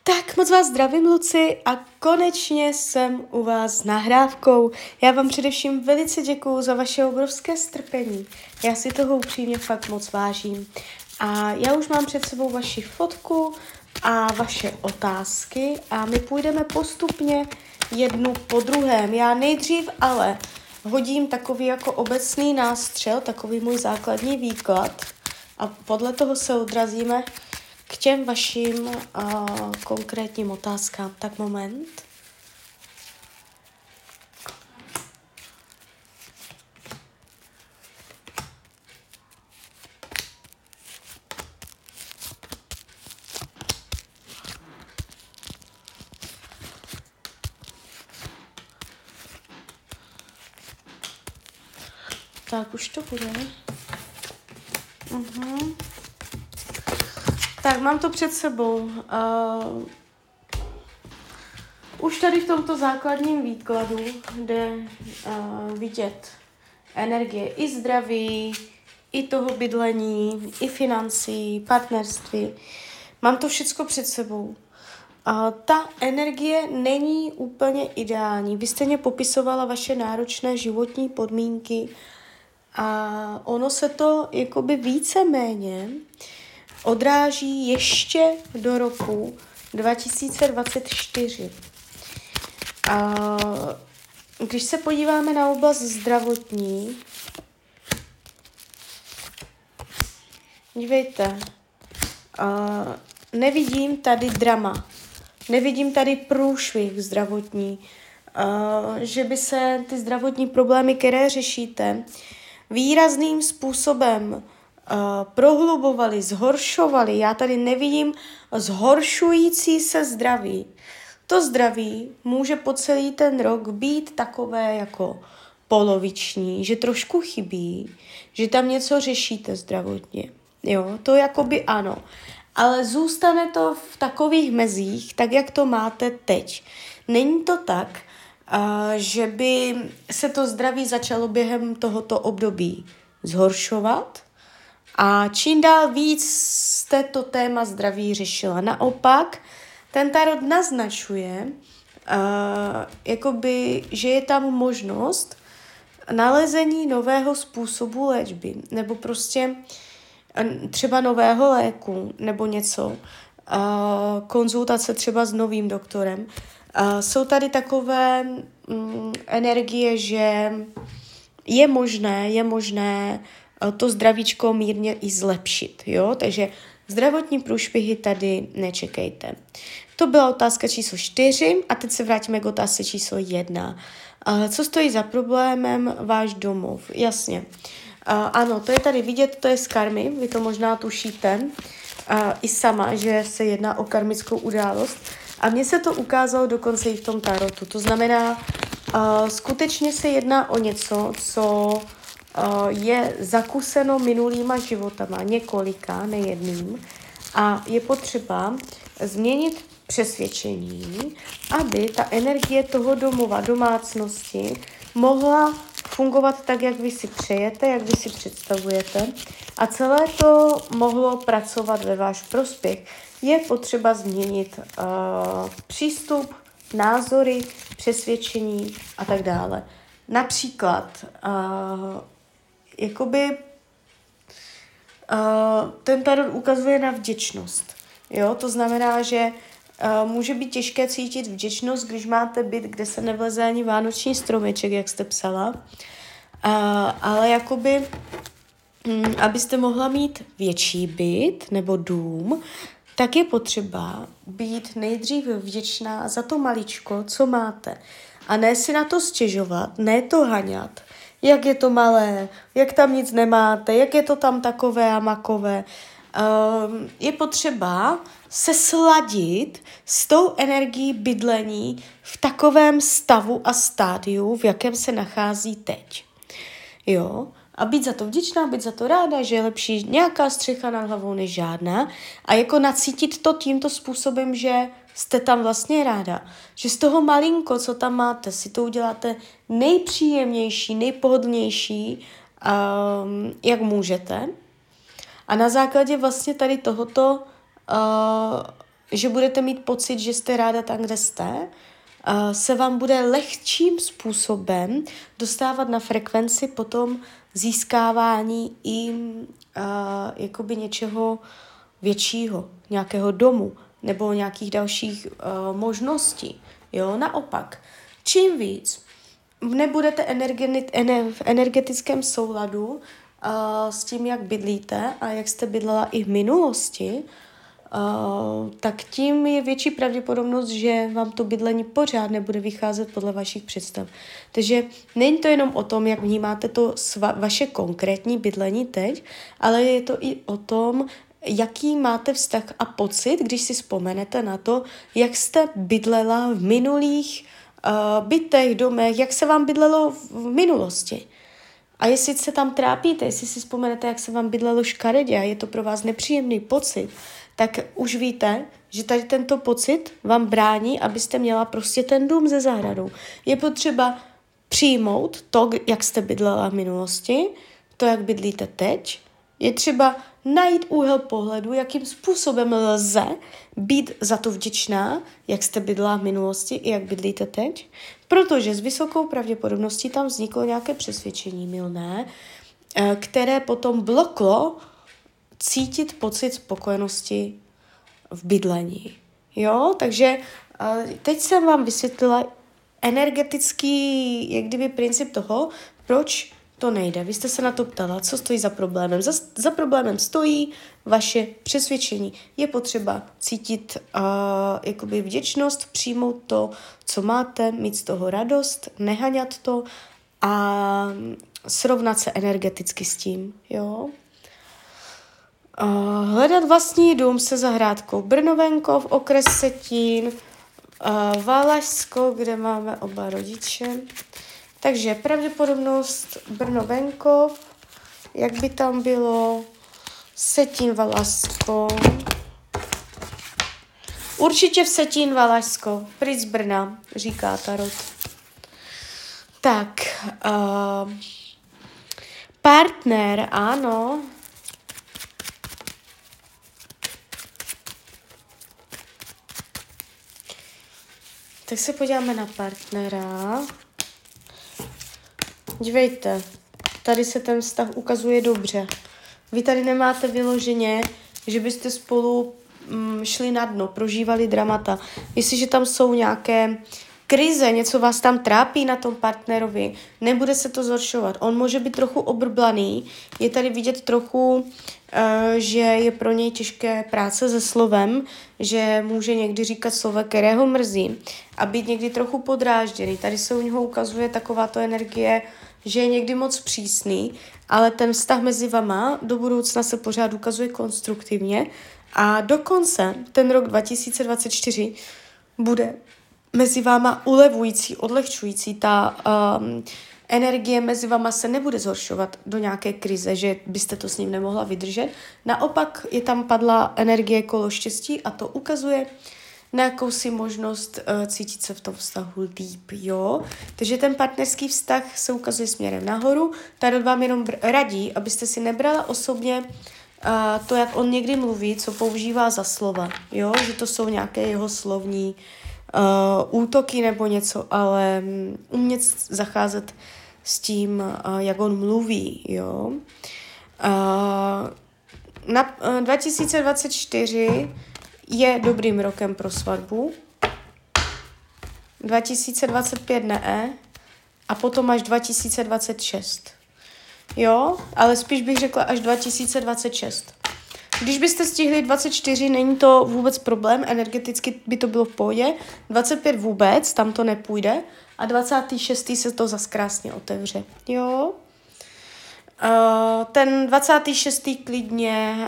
Tak moc vás zdravím, Luci, a konečně jsem u vás s nahrávkou. Já vám především velice děkuju za vaše obrovské strpení. Já si toho upřímně fakt moc vážím. A já už mám před sebou vaši fotku a vaše otázky a my půjdeme postupně jednu po druhém. Já nejdřív ale hodím takový jako obecný nástřel, takový můj základní výklad a podle toho se odrazíme k těm vašim konkrétním otázkám. Tak moment. Tak už to bude. Tak, mám to před sebou. Už tady v tomto základním výkladu jde vidět energie i zdraví, i toho bydlení, i financí, partnerství. Mám to všecko před sebou. Ta energie není úplně ideální. Vy jste mě popisovala vaše náročné životní podmínky a ono se to jakoby víceméně odráží ještě do roku 2024. Když se podíváme na oblast zdravotní, dívejte, nevidím tady drama, nevidím tady průšvih zdravotní, že by se ty zdravotní problémy, které řešíte, výrazným způsobem prohlubovaly, zhoršovaly. Já tady nevidím zhoršující se zdraví. To zdraví může po celý ten rok být takové jako poloviční, že trošku chybí, že tam něco řešíte zdravotně. Jo, to jakoby ano. Ale zůstane to v takových mezích, tak jak to máte teď. Není to tak, že by se to zdraví začalo během tohoto období zhoršovat a čím dál víc jste to téma zdraví řešila. Naopak, ten tarot naznačuje, jakoby, že je tam možnost nalezení nového způsobu léčby, nebo prostě třeba nového léku, nebo něco, konzultace třeba s novým doktorem. Jsou tady takové energie, že je možné to zdravíčko mírně i zlepšit, jo? Takže zdravotní průšvihy tady nečekejte. To byla otázka číslo 4 a teď se vrátíme k otázce číslo 1. Co stojí za problémem? Váš domov. Jasně. Ano, to je tady vidět, to je z karmy, vy to možná tušíte i sama, že se jedná o karmickou událost. A mně se to ukázalo dokonce i v tom tarotu. To znamená, skutečně se jedná o něco, co je zakuseno minulýma životama, několika, nejedným. A je potřeba změnit přesvědčení, aby ta energie toho domova, domácnosti mohla fungovat tak, jak vy si přejete, jak vy si představujete a celé to mohlo pracovat ve váš prospěch. Je potřeba změnit přístup, názory, přesvědčení a tak dále. Například, ten tarot ukazuje na vděčnost. Jo? To znamená, že může být těžké cítit vděčnost, když máte byt, kde se nevleze ani vánoční stromeček, jak jste psala. Ale jakoby, abyste mohla mít větší byt nebo dům, tak je potřeba být nejdřív vděčná za to maličko, co máte. A ne si na to stěžovat, ne to haňat, jak je to malé, jak tam nic nemáte, jak je to tam takové a makové. Je potřeba se sladit s tou energií bydlení v takovém stavu a stádiu, v jakém se nachází teď. Jo? A být za to vděčná, být za to ráda, že je lepší nějaká střecha nad hlavou než žádná a jako nacítit to tímto způsobem, že jste tam vlastně ráda. Že z toho malinko, co tam máte, si to uděláte nejpříjemnější, nejpohodlnější, jak můžete. A na základě vlastně tady tohoto že budete mít pocit, že jste ráda tam, kde jste, se vám bude lehčím způsobem dostávat na frekvenci potom získávání i jakoby něčeho většího, nějakého domu nebo nějakých dalších možností. Jo, naopak, čím víc nebudete v energetickém souladu s tím, jak bydlíte a jak jste bydlela i v minulosti, tak tím je větší pravděpodobnost, že vám to bydlení pořád nebude vycházet podle vašich představ. Takže není to jenom o tom, jak vnímáte to vaše konkrétní bydlení teď, ale je to i o tom, jaký máte vztah a pocit, když si vzpomenete na to, jak jste bydlela v minulých bytech, domech, jak se vám bydlelo v minulosti. A jestli se tam trápíte, jestli si vzpomenete, jak se vám bydlelo škaredě a je to pro vás nepříjemný pocit, tak už víte, že tady tento pocit vám brání, abyste měla prostě ten dům ze zahradou. Je potřeba přijmout to, jak jste bydlela v minulosti, to, jak bydlíte teď. Je třeba najít úhel pohledu, jakým způsobem lze být za to vděčná, jak jste bydlela v minulosti i jak bydlíte teď, protože s vysokou pravděpodobností tam vzniklo nějaké přesvědčení mylné, které potom bloklo cítit pocit spokojenosti v bydlení. Jo, takže teď jsem vám vysvětlila energetický, jak kdyby princip toho, proč to nejde. Vy jste se na to ptala, co stojí za problémem. Za problémem stojí vaše přesvědčení. Je potřeba cítit jakoby vděčnost, přijmout to, co máte, mít z toho radost, nehaňat to a srovnat se energeticky s tím. Jo? Hledat vlastní dům se zahrádkou Brno-Venkov, okres Vsetín, Valašsko, kde máme oba rodiče. Takže pravděpodobnost Brno-Venkov, jak by tam bylo, Vsetín, Valašsko. Určitě Vsetín, Valašsko, pryč z Brna, říká tarot. Tak, partner, ano. Tak se podíváme na partnera. Dívejte, tady se ten vztah ukazuje dobře. Vy tady nemáte vyloženě, že byste spolu šli na dno, prožívali dramata. Jestliže tam jsou nějaké krize, něco vás tam trápí na tom partnerovi, nebude se to zhoršovat. On může být trochu obrblaný, je tady vidět trochu, že je pro něj těžké práce se slovem, že může někdy říkat slova, které ho mrzí a být někdy trochu podrážděný. Tady se u něho ukazuje takováto energie, že je někdy moc přísný, ale ten vztah mezi vama do budoucna se pořád ukazuje konstruktivně a dokonce ten rok 2024 bude mezi váma ulevující, odlehčující. Ta energie mezi váma se nebude zhoršovat do nějaké krize, že byste to s ním nemohla vydržet. Naopak je tam padla energie kolo štěstí a to ukazuje na jakousi možnost cítit se v tom vztahu líp, jo. Takže ten partnerský vztah se ukazuje směrem nahoru. Tarot vám jenom radí, abyste si nebrala osobně to, jak on někdy mluví, co používá za slova, jo. Že to jsou nějaké jeho slovní útoky nebo něco, ale umět zacházet s tím, jak on mluví, jo. Na 2024 je dobrým rokem pro svatbu, 2025 ne a potom až 2026. Jo, ale spíš bych řekla až 2026. Když byste stihli 24, není to vůbec problém, energeticky by to bylo v pohodě, 25 vůbec, tam to nepůjde a 26. se to zas krásně otevře, jo. Ten 26. klidně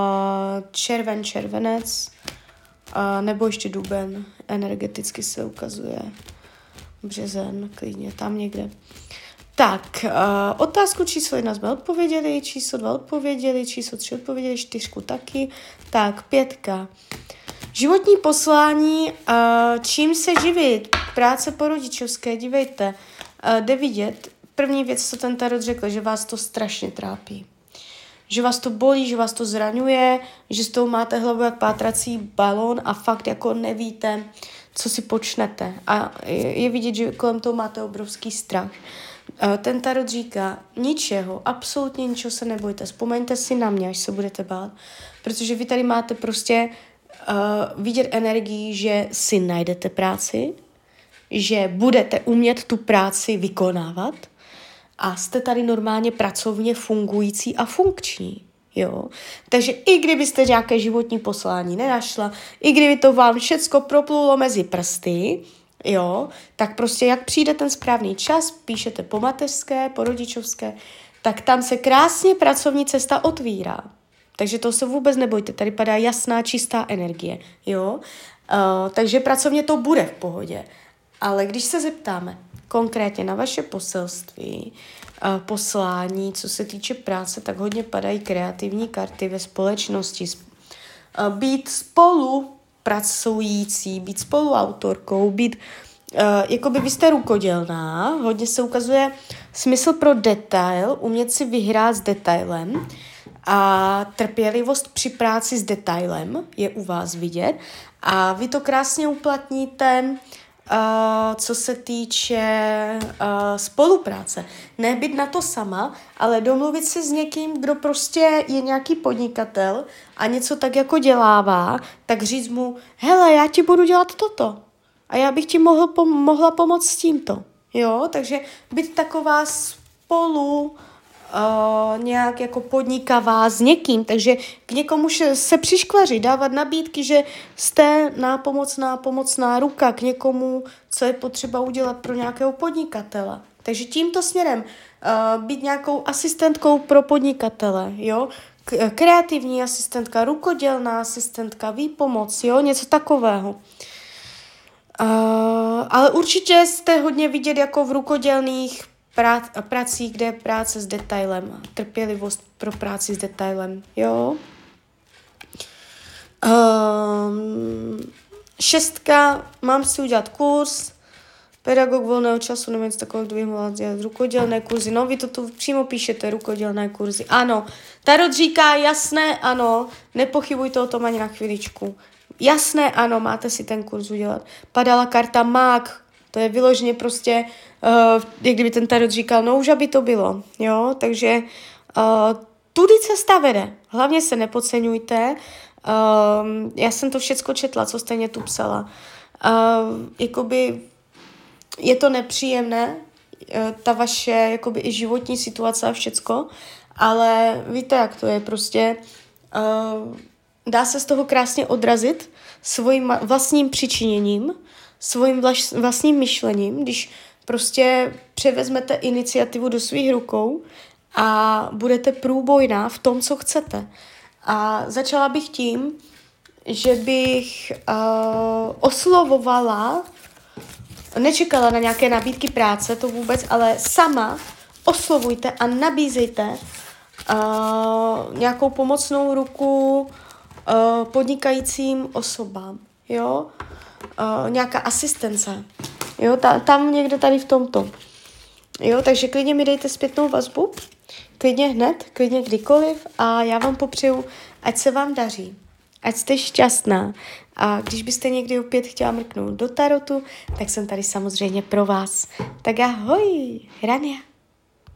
červenec nebo ještě duben, energeticky se ukazuje, březen, klidně tam někde. Tak, otázku číslo 1 jsme odpověděli, číslo 2 odpověděli, číslo 3 odpověděli, 4 taky. Tak, 5. Životní poslání, čím se živit, práce po rodičovské, dívejte, jde vidět, první věc, co ten tarot řekl, že vás to strašně trápí. že vás to bolí, že vás to zraňuje, že z toho máte hlavu jak pátrací balón a fakt jako nevíte, co si počnete. A je vidět, že kolem toho máte obrovský strach. Ten tarot říká, ničeho, absolutně ničeho se nebojte. Vzpomeňte si na mě, až se budete bát, protože vy tady máte prostě vidět energii, že si najdete práci, že budete umět tu práci vykonávat a jste tady normálně pracovně fungující a funkční. Jo? Takže i kdybyste nějaké životní poslání nenašla, i kdyby to vám všecko proplulo mezi prsty, jo, tak prostě jak přijde ten správný čas, píšete po mateřské, po rodičovské, tak tam se krásně pracovní cesta otvírá. Takže to se vůbec nebojte, tady padá jasná, čistá energie, jo. Takže pracovně to bude v pohodě. Ale když se zeptáme konkrétně na vaše poselství, poslání, co se týče práce, tak hodně padají kreativní karty ve společnosti. Být spolupracující, být spoluautorkou, být, jakoby vy jste rukodělná, hodně se ukazuje smysl pro detail, umět si vyhrát s detailem a trpělivost při práci s detailem je u vás vidět a vy to krásně uplatníte, co se týče spolupráce. Ne být na to sama, ale domluvit se s někým, kdo prostě je nějaký podnikatel a něco tak jako dělává, tak říct mu, hele, já ti budu dělat toto a já bych ti mohla pomoct s tímto. Jo, takže být taková spolu nějak jako podnikavá s někým, takže k někomu se přiškvařit, dávat nabídky, že jste nápomocná ruka k někomu, co je potřeba udělat pro nějakého podnikatele. Takže tímto směrem být nějakou asistentkou pro podnikatele, jo, kreativní asistentka, rukodělná asistentka, výpomoc, jo, něco takového. Ale určitě jste hodně vidět jako v rukodělných prací, kde je práce s detailem, trpělivost pro práci s detailem, jo. 6, mám si udělat kurz, pedagog volného času, nevím, co takového, kdo bych mohla dělat rukodělné kurzy, no vy to tu přímo píšete, rukodělné kurzy, ano. Tarot říká jasné, ano, nepochybujte o tom ani na chviličku. Jasné, ano, máte si ten kurz udělat. Padala karta mák, to je vyloženě prostě, jak kdyby ten tarot říkal, no už aby to bylo, jo, takže tudy cesta vede, hlavně se nepodceňujte, já jsem to všecko četla, co jste mě tu psala, jakoby je to nepříjemné, ta vaše jakoby i životní situace a všecko, ale víte, jak to je, prostě dá se z toho krásně odrazit svým vlastním přičiněním, svým vlastním myšlením, když prostě převezmete iniciativu do svých rukou a budete průbojná v tom, co chcete. A začala bych tím, že bych oslovovala, nečekala na nějaké nabídky práce, to vůbec, ale sama oslovujte a nabízejte nějakou pomocnou ruku podnikajícím osobám, jo, nějaká asistence, jo, tam někde tady v tomto, jo, takže klidně mi dejte zpětnou vazbu, klidně hned, klidně kdykoliv a já vám popřeju, ať se vám daří, ať jste šťastná a když byste někdy opět chtěla mrknout do tarotu, tak jsem tady samozřejmě pro vás. Tak ahoj, Rania.